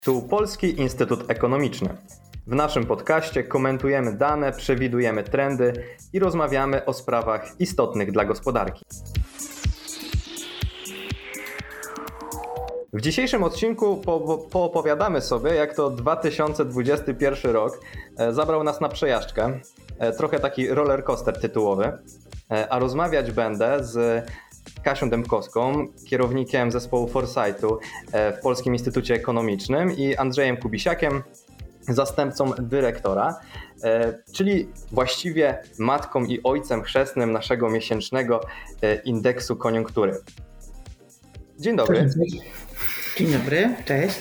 Tu Polski Instytut Ekonomiczny. W naszym podcaście komentujemy dane, przewidujemy trendy i rozmawiamy o sprawach istotnych dla gospodarki. W dzisiejszym odcinku poopowiadamy sobie, jak to 2021 rok zabrał nas na przejażdżkę. Trochę taki rollercoaster tytułowy. A rozmawiać będę z Kasią Dębkowską, kierownikiem zespołu Foresightu w Polskim Instytucie Ekonomicznym, i Andrzejem Kubisiakiem, zastępcą dyrektora, czyli właściwie matką i ojcem chrzestnym naszego miesięcznego indeksu koniunktury. Dzień dobry. Dzień dobry, cześć.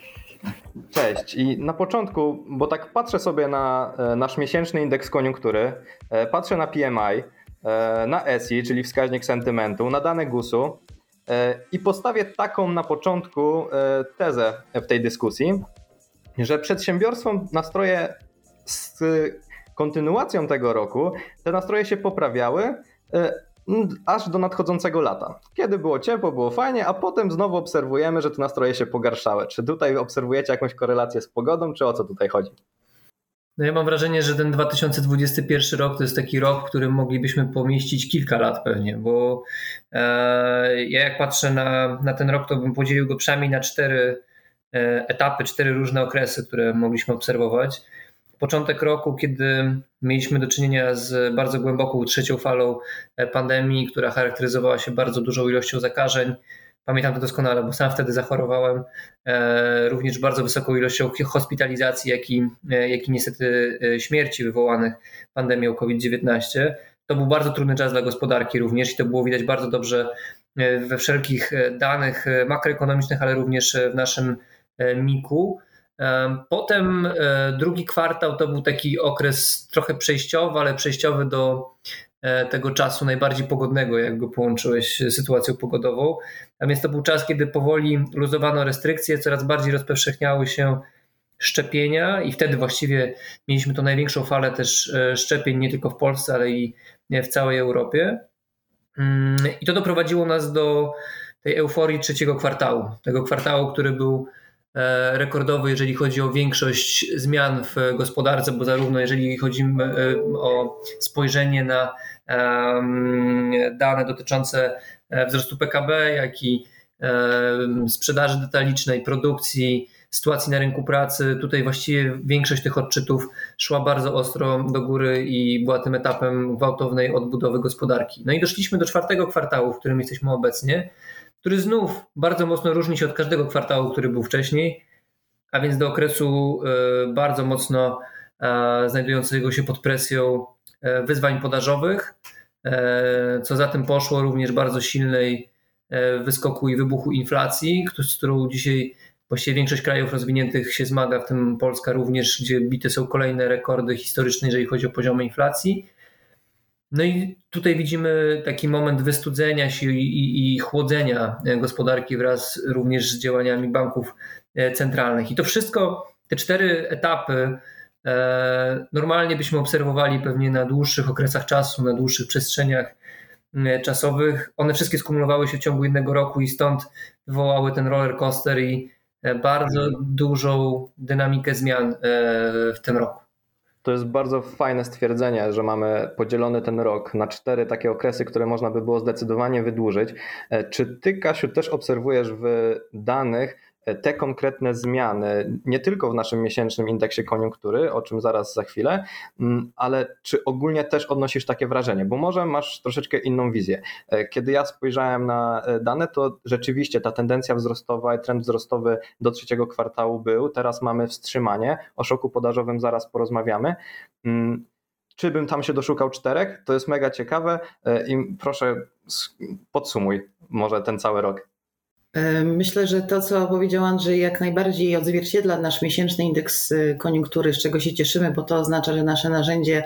Cześć. I na początku, bo tak patrzę sobie na nasz miesięczny indeks koniunktury, patrzę na PMI, na SI, czyli wskaźnik sentymentu, na dane GUS-u i postawię taką na początku tezę w tej dyskusji, że przedsiębiorstwom nastroje z kontynuacją tego roku, te nastroje się poprawiały aż do nadchodzącego lata. Kiedy było ciepło, było fajnie, a potem znowu obserwujemy, że te nastroje się pogarszały. Czy tutaj obserwujecie jakąś korelację z pogodą, czy o co tutaj chodzi? No ja mam wrażenie, że ten 2021 rok to jest taki rok, w którym moglibyśmy pomieścić kilka lat pewnie, bo ja jak patrzę na ten rok, to bym podzielił go przynajmniej na 4 etapy, 4 różne okresy, które mogliśmy obserwować. Początek roku, kiedy mieliśmy do czynienia z bardzo głęboką trzecią falą pandemii, która charakteryzowała się bardzo dużą ilością zakażeń. Pamiętam to doskonale, bo sam wtedy zachorowałem, również bardzo wysoką ilością hospitalizacji, jak i niestety śmierci wywołanych pandemią COVID-19. To był bardzo trudny czas dla gospodarki również i to było widać bardzo dobrze we wszelkich danych makroekonomicznych, ale również w naszym MIK-u. Potem drugi kwartał to był taki okres trochę przejściowy, ale przejściowy do tego czasu najbardziej pogodnego, jak go połączyłeś z sytuacją pogodową. A więc to był czas, kiedy powoli luzowano restrykcje, coraz bardziej rozpowszechniały się szczepienia i wtedy właściwie mieliśmy tą największą falę też szczepień nie tylko w Polsce, ale i w całej Europie. I to doprowadziło nas do tej euforii trzeciego kwartału. Tego kwartału, który był rekordowy, jeżeli chodzi o większość zmian w gospodarce, bo zarówno jeżeli chodzi o spojrzenie na dane dotyczące wzrostu PKB, jak i sprzedaży detalicznej, produkcji, sytuacji na rynku pracy, tutaj właściwie większość tych odczytów szła bardzo ostro do góry i była tym etapem gwałtownej odbudowy gospodarki. No i doszliśmy do 4. kwartału, w którym jesteśmy obecnie, który znów bardzo mocno różni się od każdego kwartału, który był wcześniej, a więc do okresu bardzo mocno znajdującego się pod presją wyzwań podażowych, co za tym poszło również bardzo silnej wyskoku i wybuchu inflacji, z którą dzisiaj właściwie większość krajów rozwiniętych się zmaga, w tym Polska również, gdzie bite są kolejne rekordy historyczne, jeżeli chodzi o poziomy inflacji. No i tutaj widzimy taki moment wystudzenia się i chłodzenia gospodarki wraz również z działaniami banków centralnych. I to wszystko, te 4 etapy normalnie byśmy obserwowali pewnie na dłuższych okresach czasu, na dłuższych przestrzeniach czasowych. One wszystkie skumulowały się w ciągu jednego roku i stąd wywołały ten roller coaster i bardzo dużą dynamikę zmian w tym roku. To jest bardzo fajne stwierdzenie, że mamy podzielony ten rok na 4 takie okresy, które można by było zdecydowanie wydłużyć. Czy ty, Kasiu, też obserwujesz w danych te konkretne zmiany, nie tylko w naszym miesięcznym indeksie koniunktury, o czym zaraz za chwilę, ale czy ogólnie też odnosisz takie wrażenie? Bo może masz troszeczkę inną wizję. Kiedy ja spojrzałem na dane, to rzeczywiście ta tendencja wzrostowa i trend wzrostowy do 3. kwartału był. Teraz mamy wstrzymanie. O szoku podażowym zaraz porozmawiamy. Czy bym tam się doszukał 4? To jest mega ciekawe i proszę podsumuj może ten cały rok. Myślę, że to, co powiedział Andrzej, jak najbardziej odzwierciedla nasz miesięczny indeks koniunktury, z czego się cieszymy, bo to oznacza, że nasze narzędzie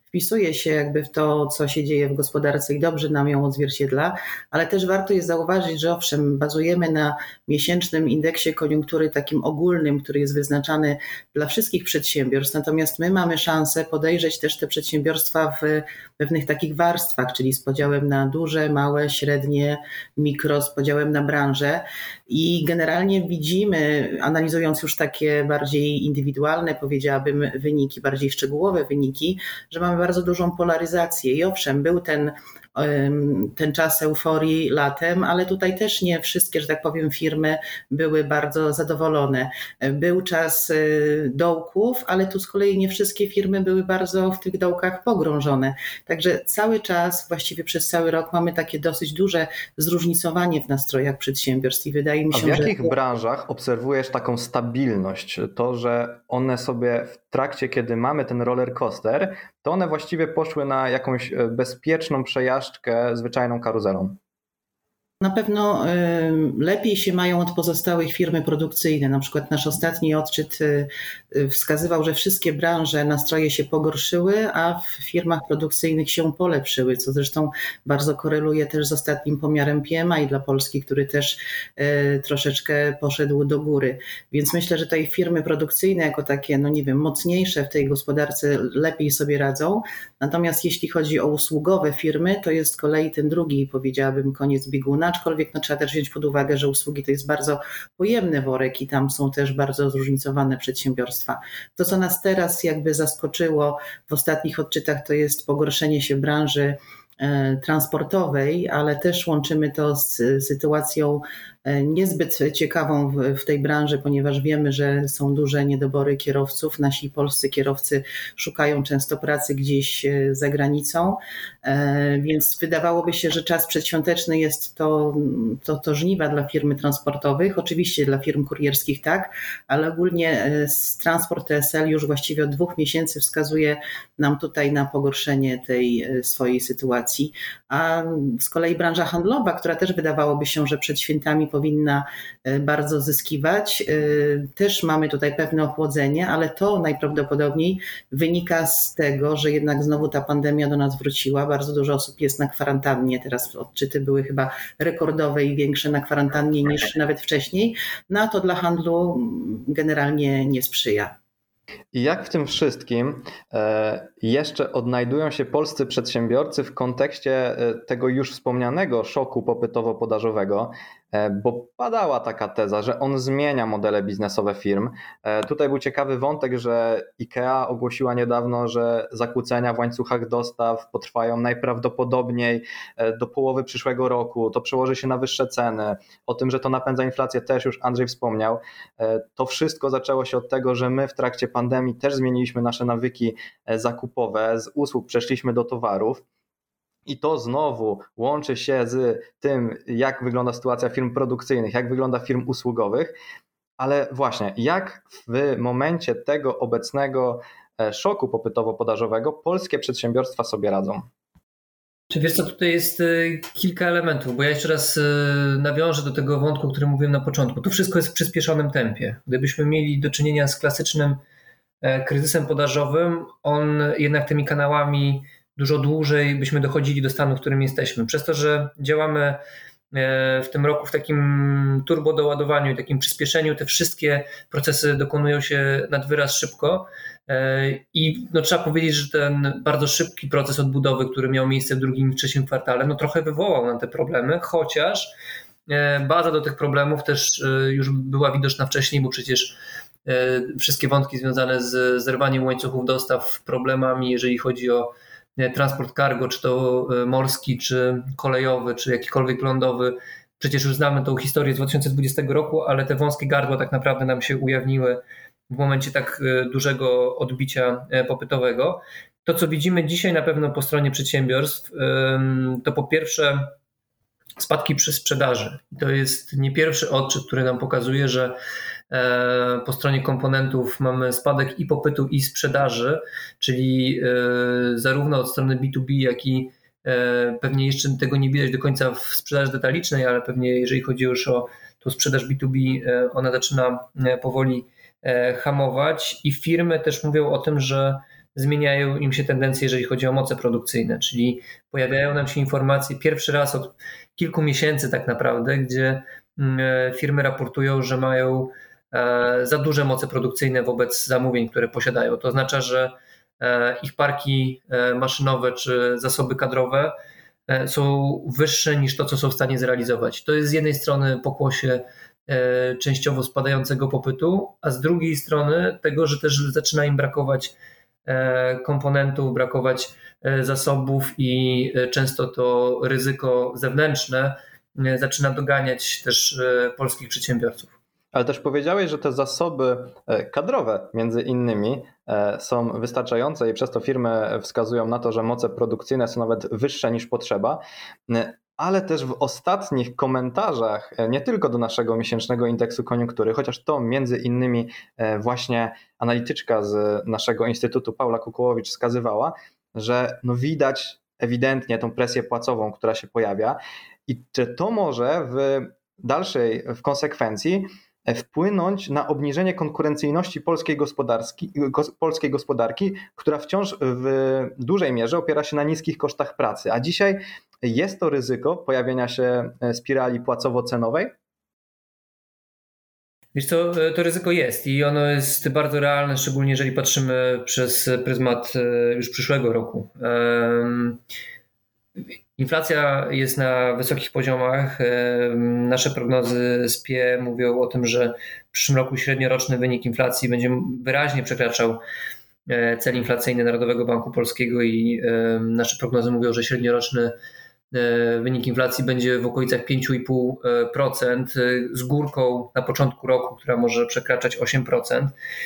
wpisuje się jakby w to, co się dzieje w gospodarce i dobrze nam ją odzwierciedla, ale też warto jest zauważyć, że owszem, bazujemy na miesięcznym indeksie koniunktury takim ogólnym, który jest wyznaczany dla wszystkich przedsiębiorstw, natomiast my mamy szansę podejrzeć też te przedsiębiorstwa w pewnych takich warstwach, czyli z podziałem na duże, małe, średnie, mikro, z podziałem na branże i generalnie widzimy, analizując już takie bardziej indywidualne, powiedziałabym, wyniki, bardziej szczegółowe wyniki, że mamy bardzo dużą polaryzację i owszem, był ten czas euforii latem, ale tutaj też nie wszystkie, że tak powiem, firmy były bardzo zadowolone. Był czas dołków, ale tu z kolei nie wszystkie firmy były bardzo w tych dołkach pogrążone. Także cały czas, właściwie przez cały rok mamy takie dosyć duże zróżnicowanie w nastrojach przedsiębiorstw i wydaje mi się, że... A w jakich branżach obserwujesz taką stabilność? To, że one sobie w trakcie, kiedy mamy ten roller coaster, to one właściwie poszły na jakąś bezpieczną przejażdżkę zwyczajną karuzelą. Na pewno lepiej się mają od pozostałych firmy produkcyjne. Na przykład nasz ostatni odczyt wskazywał, że wszystkie branże nastroje się pogorszyły, a w firmach produkcyjnych się polepszyły, co zresztą bardzo koreluje też z ostatnim pomiarem PMI dla Polski, który też troszeczkę poszedł do góry. Więc myślę, że tutaj firmy produkcyjne jako takie, no nie wiem, mocniejsze w tej gospodarce lepiej sobie radzą. Natomiast jeśli chodzi o usługowe firmy, to jest z kolei ten drugi, powiedziałabym, koniec bieguna. Aczkolwiek trzeba też wziąć pod uwagę, że usługi to jest bardzo pojemny worek i tam są też bardzo zróżnicowane przedsiębiorstwa. To, co nas teraz jakby zaskoczyło w ostatnich odczytach, to jest pogorszenie się branży transportowej, ale też łączymy to z sytuacją niezbyt ciekawą w tej branży, ponieważ wiemy, że są duże niedobory kierowców. Nasi polscy kierowcy szukają często pracy gdzieś za granicą, więc wydawałoby się, że czas przedświąteczny jest to żniwa dla firm transportowych, oczywiście dla firm kurierskich tak, ale ogólnie Transport TSL już właściwie od 2 miesięcy wskazuje nam tutaj na pogorszenie tej swojej sytuacji, a z kolei branża handlowa, która też wydawałoby się, że przed świętami powinna bardzo zyskiwać. Też mamy tutaj pewne ochłodzenie, ale to najprawdopodobniej wynika z tego, że jednak znowu ta pandemia do nas wróciła. Bardzo dużo osób jest na kwarantannie. Teraz odczyty były chyba rekordowe i większe na kwarantannie niż nawet wcześniej. No a to dla handlu generalnie nie sprzyja. I jak w tym wszystkim jeszcze odnajdują się polscy przedsiębiorcy w kontekście tego już wspomnianego szoku popytowo-podażowego, bo padała taka teza, że on zmienia modele biznesowe firm. Tutaj był ciekawy wątek, że IKEA ogłosiła niedawno, że zakłócenia w łańcuchach dostaw potrwają najprawdopodobniej do połowy przyszłego roku. To przełoży się na wyższe ceny. O tym, że to napędza inflację, też już Andrzej wspomniał. To wszystko zaczęło się od tego, że my w trakcie pandemii też zmieniliśmy nasze nawyki zakupowe, z usług przeszliśmy do towarów. I to znowu łączy się z tym, jak wygląda sytuacja firm produkcyjnych, jak wygląda firm usługowych, ale właśnie jak w momencie tego obecnego szoku popytowo-podażowego polskie przedsiębiorstwa sobie radzą? Czy wiesz co, tutaj jest kilka elementów, bo ja jeszcze raz nawiążę do tego wątku, o którym mówiłem na początku. To wszystko jest w przyspieszonym tempie. Gdybyśmy mieli do czynienia z klasycznym kryzysem podażowym, on jednak tymi kanałami dużo dłużej byśmy dochodzili do stanu, w którym jesteśmy. Przez to, że działamy w tym roku w takim turbodoładowaniu i takim przyspieszeniu, te wszystkie procesy dokonują się nad wyraz szybko i trzeba powiedzieć, że ten bardzo szybki proces odbudowy, który miał miejsce w drugim i trzecim kwartale, trochę wywołał nam te problemy, chociaż baza do tych problemów też już była widoczna wcześniej, bo przecież wszystkie wątki związane z zerwaniem łańcuchów dostaw, problemami, jeżeli chodzi o transport cargo, czy to morski, czy kolejowy, czy jakikolwiek lądowy. Przecież już znamy tą historię z 2020 roku, ale te wąskie gardła tak naprawdę nam się ujawniły w momencie tak dużego odbicia popytowego. To, co widzimy dzisiaj na pewno po stronie przedsiębiorstw, to po pierwsze spadki przy sprzedaży. To jest nie pierwszy odczyt, który nam pokazuje, że po stronie komponentów mamy spadek i popytu, i sprzedaży, czyli zarówno od strony B2B, jak i pewnie jeszcze tego nie widać do końca w sprzedaży detalicznej, ale pewnie jeżeli chodzi już o tą sprzedaż B2B, ona zaczyna powoli hamować i firmy też mówią o tym, że zmieniają im się tendencje, jeżeli chodzi o moce produkcyjne, czyli pojawiają nam się informacje pierwszy raz od kilku miesięcy tak naprawdę, gdzie firmy raportują, że mają za duże moce produkcyjne wobec zamówień, które posiadają. To oznacza, że ich parki maszynowe czy zasoby kadrowe są wyższe niż to, co są w stanie zrealizować. To jest z jednej strony pokłosie częściowo spadającego popytu, a z drugiej strony tego, że też zaczyna im brakować komponentów, brakować zasobów i często to ryzyko zewnętrzne zaczyna doganiać też polskich przedsiębiorców. Ale też powiedziałeś, że te zasoby kadrowe między innymi są wystarczające i przez to firmy wskazują na to, że moce produkcyjne są nawet wyższe niż potrzeba, ale też w ostatnich komentarzach, nie tylko do naszego miesięcznego indeksu koniunktury, chociaż to między innymi właśnie analityczka z naszego Instytutu Paula Kukołowicz wskazywała, że no widać ewidentnie tą presję płacową, która się pojawia i czy to może w konsekwencji wpłynąć na obniżenie konkurencyjności polskiej gospodarki, która wciąż w dużej mierze opiera się na niskich kosztach pracy. A dzisiaj jest to ryzyko pojawienia się spirali płacowo-cenowej? Wiesz co, to ryzyko jest i ono jest bardzo realne, szczególnie jeżeli patrzymy przez pryzmat już przyszłego roku. Inflacja jest na wysokich poziomach. Nasze prognozy z PIE mówią o tym, że w przyszłym roku średnioroczny wynik inflacji będzie wyraźnie przekraczał cel inflacyjny Narodowego Banku Polskiego i nasze prognozy mówią, że średnioroczny wynik inflacji będzie w okolicach 5,5% z górką na początku roku, która może przekraczać 8%.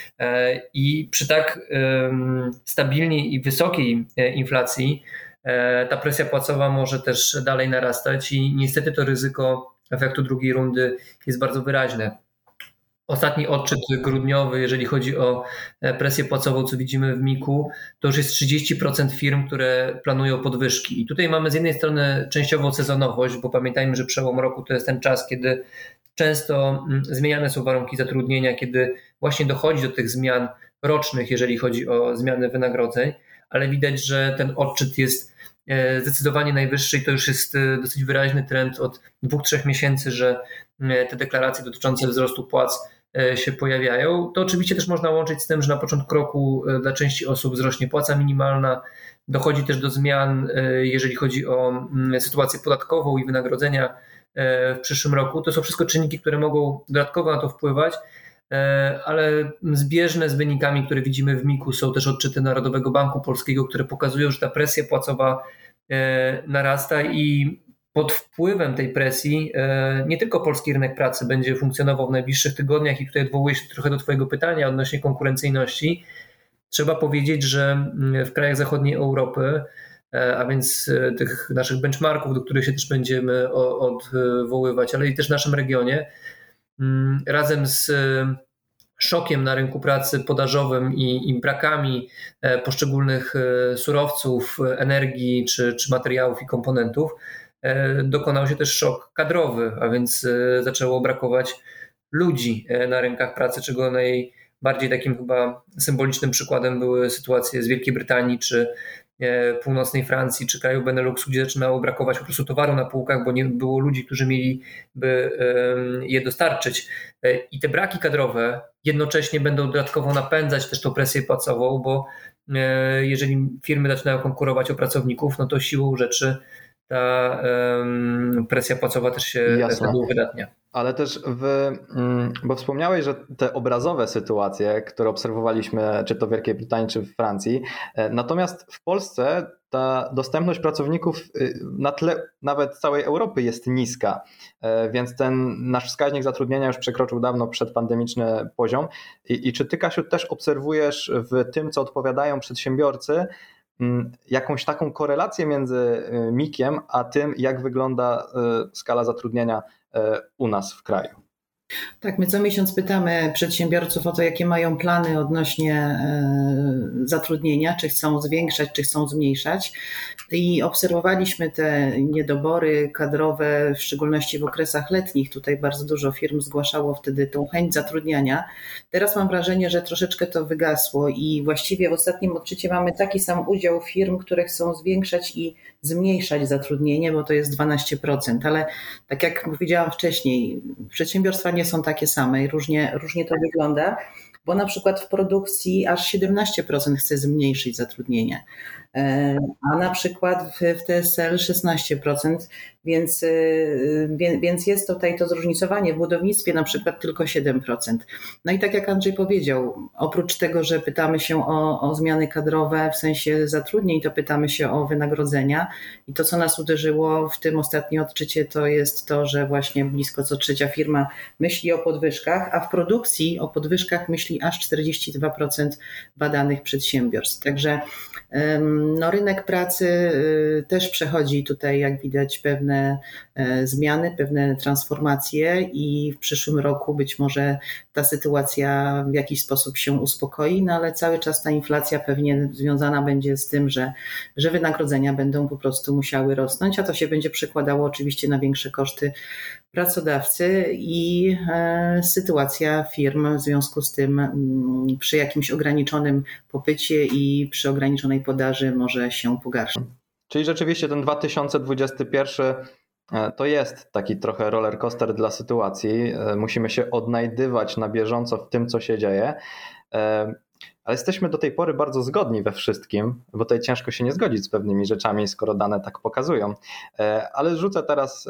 I przy tak stabilnej i wysokiej inflacji ta presja płacowa może też dalej narastać i niestety to ryzyko efektu drugiej rundy jest bardzo wyraźne. Ostatni odczyt grudniowy, jeżeli chodzi o presję płacową, co widzimy w MIK-u, to już jest 30% firm, które planują podwyżki. I tutaj mamy z jednej strony częściową sezonowość, bo pamiętajmy, że przełom roku to jest ten czas, kiedy często zmieniane są warunki zatrudnienia, kiedy właśnie dochodzi do tych zmian rocznych, jeżeli chodzi o zmiany wynagrodzeń, ale widać, że ten odczyt jest zdecydowanie najwyższy i to już jest dosyć wyraźny trend od 2-3 miesięcy, że te deklaracje dotyczące wzrostu płac się pojawiają. To oczywiście też można łączyć z tym, że na początku roku dla części osób wzrośnie płaca minimalna, dochodzi też do zmian, jeżeli chodzi o sytuację podatkową i wynagrodzenia w przyszłym roku. To są wszystko czynniki, które mogą dodatkowo na to wpływać, ale zbieżne z wynikami, które widzimy w MIK-u, są też odczyty Narodowego Banku Polskiego, które pokazują, że ta presja płacowa narasta i pod wpływem tej presji nie tylko polski rynek pracy będzie funkcjonował w najbliższych tygodniach i tutaj odwołuję się trochę do Twojego pytania odnośnie konkurencyjności. Trzeba powiedzieć, że w krajach zachodniej Europy, a więc tych naszych benchmarków, do których się też będziemy odwoływać, ale i też w naszym regionie, razem z szokiem na rynku pracy podażowym i brakami poszczególnych surowców, energii czy materiałów i komponentów, dokonał się też szok kadrowy, a więc zaczęło brakować ludzi na rynkach pracy, czego najbardziej takim chyba symbolicznym przykładem były sytuacje z Wielkiej Brytanii czy północnej Francji czy kraju Beneluxu, gdzie zaczynało brakować po prostu towaru na półkach, bo nie było ludzi, którzy mieliby je dostarczyć. I te braki kadrowe jednocześnie będą dodatkowo napędzać też tą presję płacową, bo jeżeli firmy zaczynają konkurować o pracowników, no to siłą rzeczy ta presja płacowa też się uwydatnia. Ale też bo wspomniałeś, że te obrazowe sytuacje, które obserwowaliśmy, czy to w Wielkiej Brytanii, czy w Francji, natomiast w Polsce ta dostępność pracowników na tle nawet całej Europy jest niska, więc ten nasz wskaźnik zatrudnienia już przekroczył dawno przedpandemiczny poziom. I czy ty, Kasiu, też obserwujesz w tym, co odpowiadają przedsiębiorcy, jakąś taką korelację między MIK-iem a tym, jak wygląda skala zatrudnienia u nas w kraju? Tak, my co miesiąc pytamy przedsiębiorców o to, jakie mają plany odnośnie zatrudnienia, czy chcą zwiększać, czy chcą zmniejszać. I obserwowaliśmy te niedobory kadrowe, w szczególności w okresach letnich. Tutaj bardzo dużo firm zgłaszało wtedy tą chęć zatrudniania. Teraz mam wrażenie, że troszeczkę to wygasło i właściwie w ostatnim odczycie mamy taki sam udział firm, które chcą zwiększać i zmniejszać zatrudnienie, bo to jest 12%, ale tak jak powiedziałam wcześniej, przedsiębiorstwa nie są takie same i różnie to wygląda, bo na przykład w produkcji aż 17% chce zmniejszyć zatrudnienie, a na przykład w TSL 16%, więc jest tutaj to zróżnicowanie. W budownictwie na przykład tylko 7%. No i tak jak Andrzej powiedział, oprócz tego, że pytamy się o zmiany kadrowe w sensie zatrudnień, to pytamy się o wynagrodzenia i to, co nas uderzyło w tym ostatnim odczycie, to jest to, że właśnie blisko co trzecia firma myśli o podwyżkach, a w produkcji o podwyżkach myśli aż 42% badanych przedsiębiorstw. Także no, rynek pracy też przechodzi tutaj, jak widać, pewne zmiany, pewne transformacje i w przyszłym roku być może ta sytuacja w jakiś sposób się uspokoi, no ale cały czas ta inflacja pewnie związana będzie z tym, że wynagrodzenia będą po prostu musiały rosnąć, a to się będzie przekładało oczywiście na większe koszty pracodawcy i sytuacja firm w związku z tym przy jakimś ograniczonym popycie i przy ograniczonej podaży może się pogarszyć. Czyli rzeczywiście ten 2021 to jest taki trochę rollercoaster dla sytuacji. Musimy się odnajdywać na bieżąco w tym, co się dzieje. Ale jesteśmy do tej pory bardzo zgodni we wszystkim, bo tutaj ciężko się nie zgodzić z pewnymi rzeczami, skoro dane tak pokazują. Ale rzucę teraz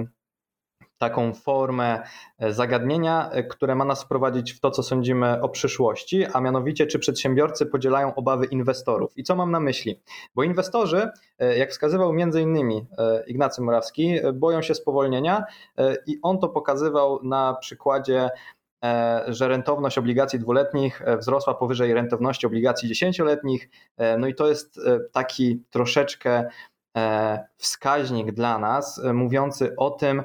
taką formę zagadnienia, które ma nas wprowadzić w to, co sądzimy o przyszłości, a mianowicie, czy przedsiębiorcy podzielają obawy inwestorów. I co mam na myśli? Bo inwestorzy, jak wskazywał m.in. Ignacy Morawski, boją się spowolnienia i on to pokazywał na przykładzie, że rentowność obligacji dwuletnich wzrosła powyżej rentowności obligacji 10-letnich. No i to jest taki troszeczkę wskaźnik dla nas, mówiący o tym,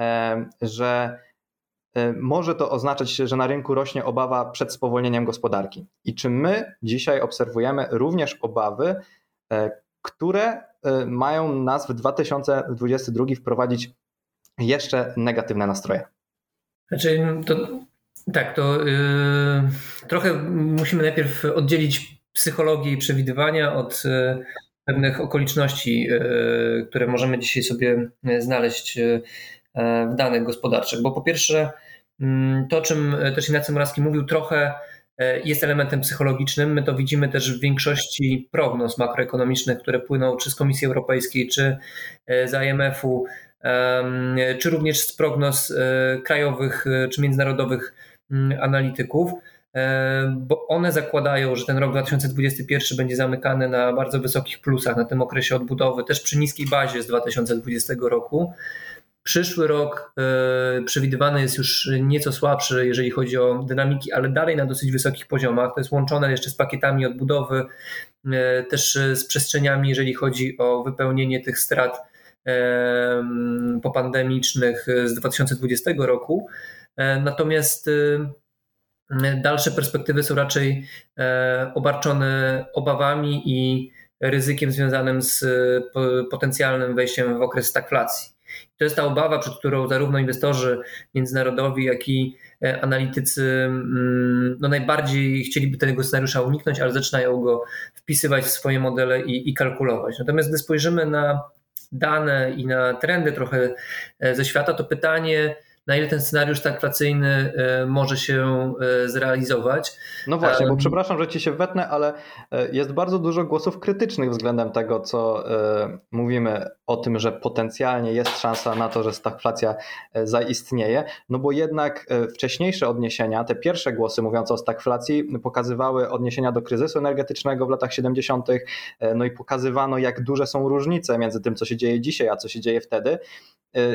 że może to oznaczać, że na rynku rośnie obawa przed spowolnieniem gospodarki. I czy my dzisiaj obserwujemy również obawy, które mają nas w 2022 wprowadzić jeszcze negatywne nastroje? Znaczy, trochę musimy najpierw oddzielić psychologię i przewidywania od pewnych okoliczności, które możemy dzisiaj sobie znaleźć w danych gospodarczych. Bo po pierwsze, to, o czym też Ignacy Morawski mówił, trochę jest elementem psychologicznym. My to widzimy też w większości prognoz makroekonomicznych, które płyną czy z Komisji Europejskiej, czy z IMF-u, czy również z prognoz krajowych czy międzynarodowych analityków, bo one zakładają, że ten rok 2021 będzie zamykany na bardzo wysokich plusach, na tym okresie odbudowy, też przy niskiej bazie z 2020 roku. Przyszły rok przewidywany jest już nieco słabszy, jeżeli chodzi o dynamiki, ale dalej na dosyć wysokich poziomach. To jest łączone jeszcze z pakietami odbudowy, też z przestrzeniami, jeżeli chodzi o wypełnienie tych strat popandemicznych z 2020 roku. Natomiast dalsze perspektywy są raczej obarczone obawami i ryzykiem związanym z potencjalnym wejściem w okres stagflacji. To jest ta obawa, przed którą zarówno inwestorzy międzynarodowi, jak i analitycy najbardziej chcieliby tego scenariusza uniknąć, ale zaczynają go wpisywać w swoje modele i kalkulować. Natomiast gdy spojrzymy na dane i na trendy trochę ze świata, to pytanie, na ile ten scenariusz stagflacyjny może się zrealizować. No właśnie, bo przepraszam, że ci się wetnę, ale jest bardzo dużo głosów krytycznych względem tego, co mówimy o tym, że potencjalnie jest szansa na to, że stagflacja zaistnieje, no bo jednak wcześniejsze odniesienia, te pierwsze głosy mówiące o stagflacji pokazywały odniesienia do kryzysu energetycznego w latach 70., no i pokazywano, jak duże są różnice między tym, co się dzieje dzisiaj, a co się dzieje wtedy.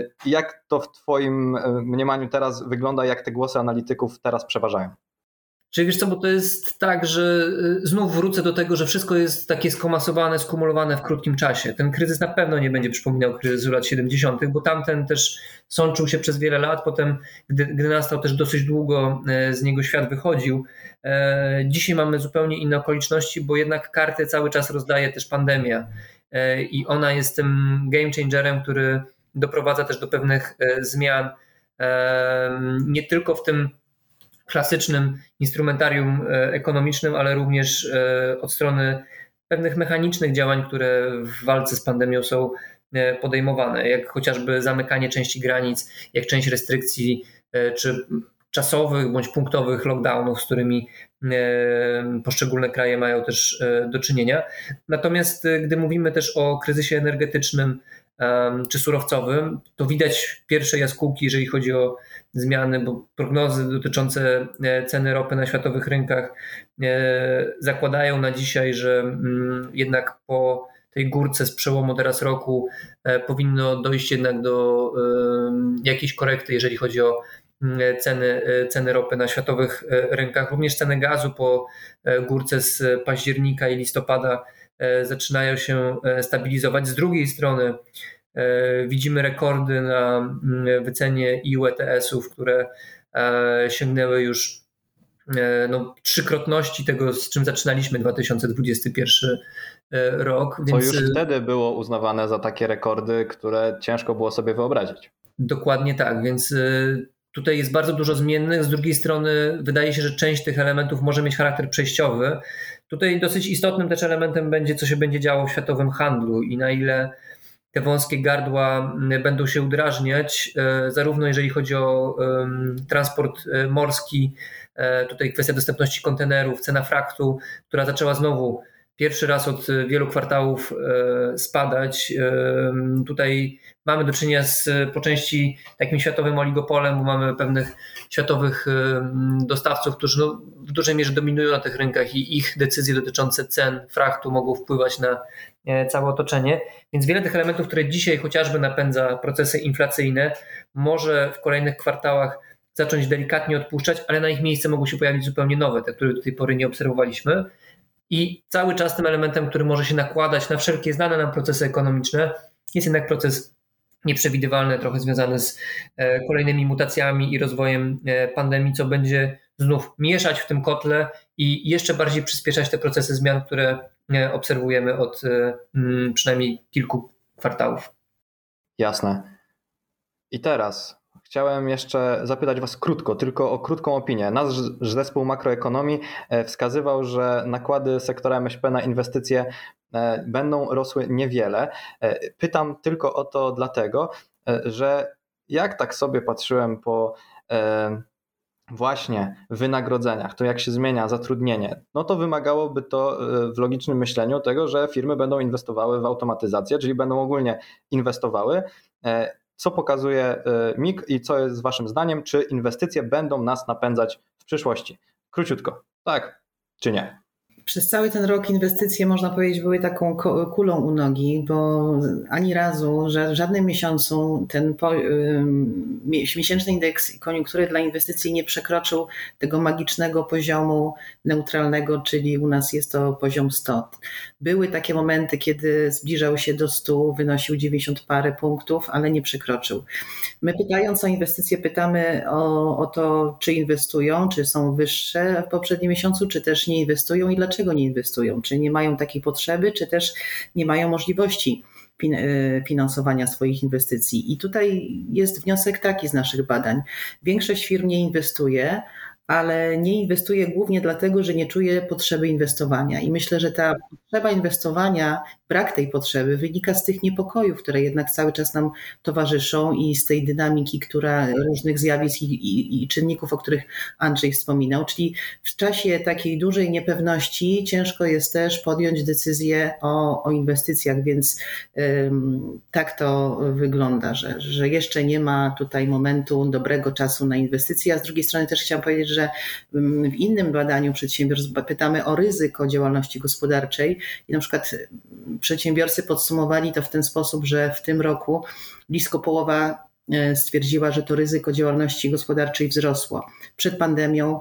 Jak to w twoim mniemaniu teraz wygląda, jak te głosy analityków teraz przeważają? Czyli wiesz co, bo to jest tak, że znów wrócę do tego, że wszystko jest takie skomasowane, skumulowane w krótkim czasie. Ten kryzys na pewno nie będzie przypominał kryzysu lat 70., bo tamten też sączył się przez wiele lat, potem gdy nastał też dosyć długo z niego świat wychodził. Dzisiaj mamy zupełnie inne okoliczności, bo jednak kartę cały czas rozdaje też pandemia i ona jest tym game changerem, który doprowadza też do pewnych zmian, nie tylko w tym klasycznym instrumentarium ekonomicznym, ale również od strony pewnych mechanicznych działań, które w walce z pandemią są podejmowane, jak chociażby zamykanie części granic, jak część restrykcji, czy czasowych bądź punktowych lockdownów, z którymi poszczególne kraje mają też do czynienia. Natomiast gdy mówimy też o kryzysie energetycznym czy surowcowym, to widać pierwsze jaskółki, jeżeli chodzi o zmiany, bo prognozy dotyczące ceny ropy na światowych rynkach zakładają na dzisiaj, że jednak po tej górce z przełomu teraz roku powinno dojść jednak do jakiejś korekty, jeżeli chodzi o ceny ropy na światowych rynkach. Również ceny gazu po górce z października i listopada zaczynają się stabilizować. Z drugiej strony widzimy rekordy na wycenie EU ETS-ów, które sięgnęły już trzykrotności tego, z czym zaczynaliśmy 2021 rok. Co już wtedy było uznawane za takie rekordy, które ciężko było sobie wyobrazić. Dokładnie tak, więc tutaj jest bardzo dużo zmiennych. Z drugiej strony wydaje się, że część tych elementów może mieć charakter przejściowy. Tutaj dosyć istotnym też elementem będzie, co się będzie działo w światowym handlu i na ile te wąskie gardła będą się udrażniać, zarówno jeżeli chodzi o transport morski, tutaj kwestia dostępności kontenerów, cena fraktu, która zaczęła znowu pierwszy raz od wielu kwartałów spadać. Tutaj mamy do czynienia z po części takim światowym oligopolem, bo mamy pewnych światowych dostawców, którzy w dużej mierze dominują na tych rynkach i ich decyzje dotyczące cen fraktu mogą wpływać na całe otoczenie. Więc wiele tych elementów, które dzisiaj chociażby napędza procesy inflacyjne, może w kolejnych kwartałach zacząć delikatnie odpuszczać, ale na ich miejsce mogą się pojawić zupełnie nowe, te, które do tej pory nie obserwowaliśmy. I cały czas tym elementem, który może się nakładać na wszelkie znane nam procesy ekonomiczne, jest jednak proces nieprzewidywalny, trochę związany z kolejnymi mutacjami i rozwojem pandemii, co będzie znów mieszać w tym kotle i jeszcze bardziej przyspieszać te procesy zmian, które obserwujemy od przynajmniej kilku kwartałów. Jasne. I teraz chciałem jeszcze zapytać Was krótko, tylko o krótką opinię. Nasz zespół makroekonomii wskazywał, że nakłady sektora MŚP na inwestycje będą rosły niewiele. Pytam tylko o to dlatego, że jak tak sobie patrzyłem po właśnie wynagrodzeniach, to jak się zmienia zatrudnienie, no to wymagałoby to w logicznym myśleniu tego, że firmy będą inwestowały w automatyzację, czyli będą ogólnie inwestowały. Co pokazuje MIG i co jest waszym zdaniem, czy inwestycje będą nas napędzać w przyszłości? Króciutko, tak czy nie? Przez cały ten rok inwestycje, można powiedzieć, były taką kulą u nogi, bo ani razu, w żadnym miesiącu ten miesięczny indeks koniunktury dla inwestycji nie przekroczył tego magicznego poziomu neutralnego, czyli u nas jest to poziom 100. Były takie momenty, kiedy zbliżał się do 100, wynosił 90 parę punktów, ale nie przekroczył. My pytając o inwestycje pytamy o to, czy inwestują, czy są wyższe w poprzednim miesiącu, czy też nie inwestują i dlaczego nie inwestują, czy nie mają takiej potrzeby, czy też nie mają możliwości finansowania swoich inwestycji. I tutaj jest wniosek taki z naszych badań. Większość firm nie inwestuje, ale nie inwestuje głównie dlatego, że nie czuje potrzeby inwestowania. I myślę, że ta potrzeba inwestowania, brak tej potrzeby wynika z tych niepokojów, które jednak cały czas nam towarzyszą i z tej dynamiki, która różnych zjawisk i czynników, o których Andrzej wspominał. Czyli w czasie takiej dużej niepewności ciężko jest też podjąć decyzję o inwestycjach, więc tak to wygląda, że jeszcze nie ma tutaj momentu dobrego czasu na inwestycje, a z drugiej strony też chciałam powiedzieć, że w innym badaniu przedsiębiorstw pytamy o ryzyko działalności gospodarczej i na przykład przedsiębiorcy podsumowali to w ten sposób, że w tym roku blisko połowa stwierdziła, że to ryzyko działalności gospodarczej wzrosło. Przed pandemią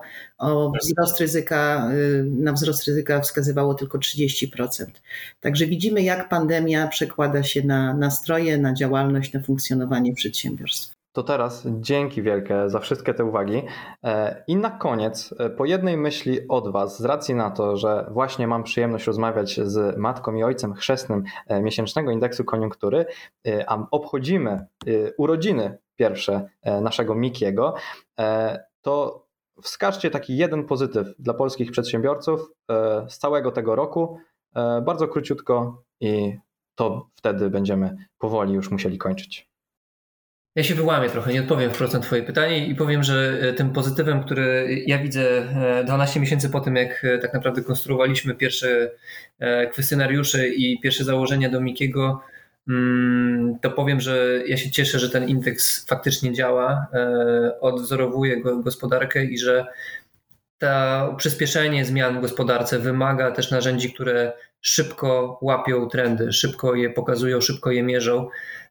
na wzrost ryzyka wskazywało tylko 30%. Także widzimy, jak pandemia przekłada się na nastroje, na działalność, na funkcjonowanie przedsiębiorstw. To teraz dzięki wielkie za wszystkie te uwagi. I na koniec po jednej myśli od Was, z racji na to, że właśnie mam przyjemność rozmawiać z matką i ojcem chrzestnym miesięcznego indeksu koniunktury, a obchodzimy urodziny pierwsze naszego Mikiego, to wskażcie taki jeden pozytyw dla polskich przedsiębiorców z całego tego roku, bardzo króciutko i to wtedy będziemy powoli już musieli kończyć. Ja się wyłamię trochę, nie odpowiem wprost na Twoje pytanie i powiem, że tym pozytywem, który ja widzę 12 miesięcy po tym, jak tak naprawdę konstruowaliśmy pierwsze kwestionariusze i pierwsze założenia do Mikiego, to powiem, że ja się cieszę, że ten indeks faktycznie działa, odwzorowuje gospodarkę i że to przyspieszenie zmian w gospodarce wymaga też narzędzi, które szybko łapią trendy, szybko je pokazują, szybko je mierzą.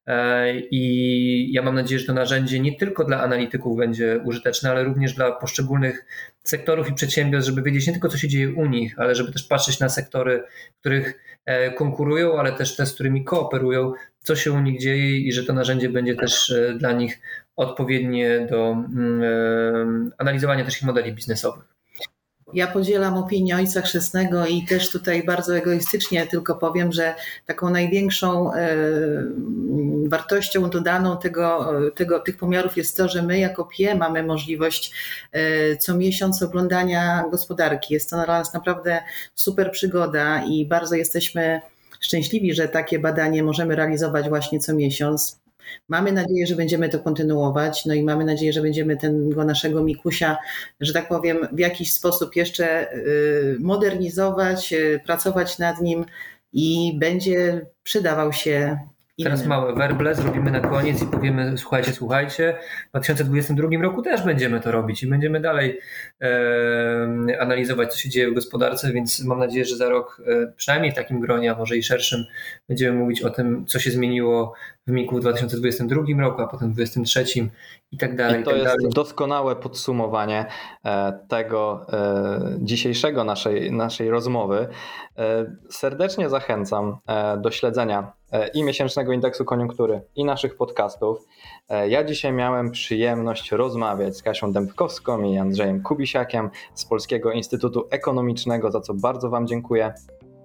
I ja mam nadzieję, że to narzędzie nie tylko dla analityków będzie użyteczne, ale również dla poszczególnych sektorów i przedsiębiorstw, żeby wiedzieć nie tylko, co się dzieje u nich, ale żeby też patrzeć na sektory, w których konkurują, ale też te, z którymi kooperują, co się u nich dzieje i że to narzędzie będzie też dla nich odpowiednie do analizowania też ich modeli biznesowych. Ja podzielam opinię ojca chrzestnego i też tutaj bardzo egoistycznie tylko powiem, że taką największą wartością dodaną tych pomiarów jest to, że my jako PIE mamy możliwość co miesiąc oglądania gospodarki. Jest to dla nas naprawdę super przygoda i bardzo jesteśmy szczęśliwi, że takie badanie możemy realizować właśnie co miesiąc. Mamy nadzieję, że będziemy to kontynuować, no i mamy nadzieję, że będziemy tego naszego Mikusia, że tak powiem, w jakiś sposób jeszcze modernizować, pracować nad nim i będzie przydawał się innym. Teraz małe werble zrobimy na koniec i powiemy słuchajcie, w 2022 roku też będziemy to robić i będziemy dalej analizować, co się dzieje w gospodarce, więc mam nadzieję, że za rok, przynajmniej w takim gronie, a może i szerszym, będziemy mówić o tym, co się zmieniło w MIK-u w 2022 roku, a potem w 2023 i tak dalej. I to jest doskonałe podsumowanie tego dzisiejszego naszej rozmowy. Serdecznie zachęcam do śledzenia i miesięcznego indeksu koniunktury, i naszych podcastów. Ja dzisiaj miałem przyjemność rozmawiać z Kasią Dębkowską i Andrzejem Kubisiakiem z Polskiego Instytutu Ekonomicznego, za co bardzo Wam dziękuję.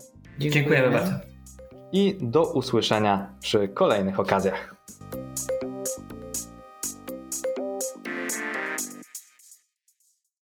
Dziękujemy bardzo. I do usłyszenia przy kolejnych okazjach.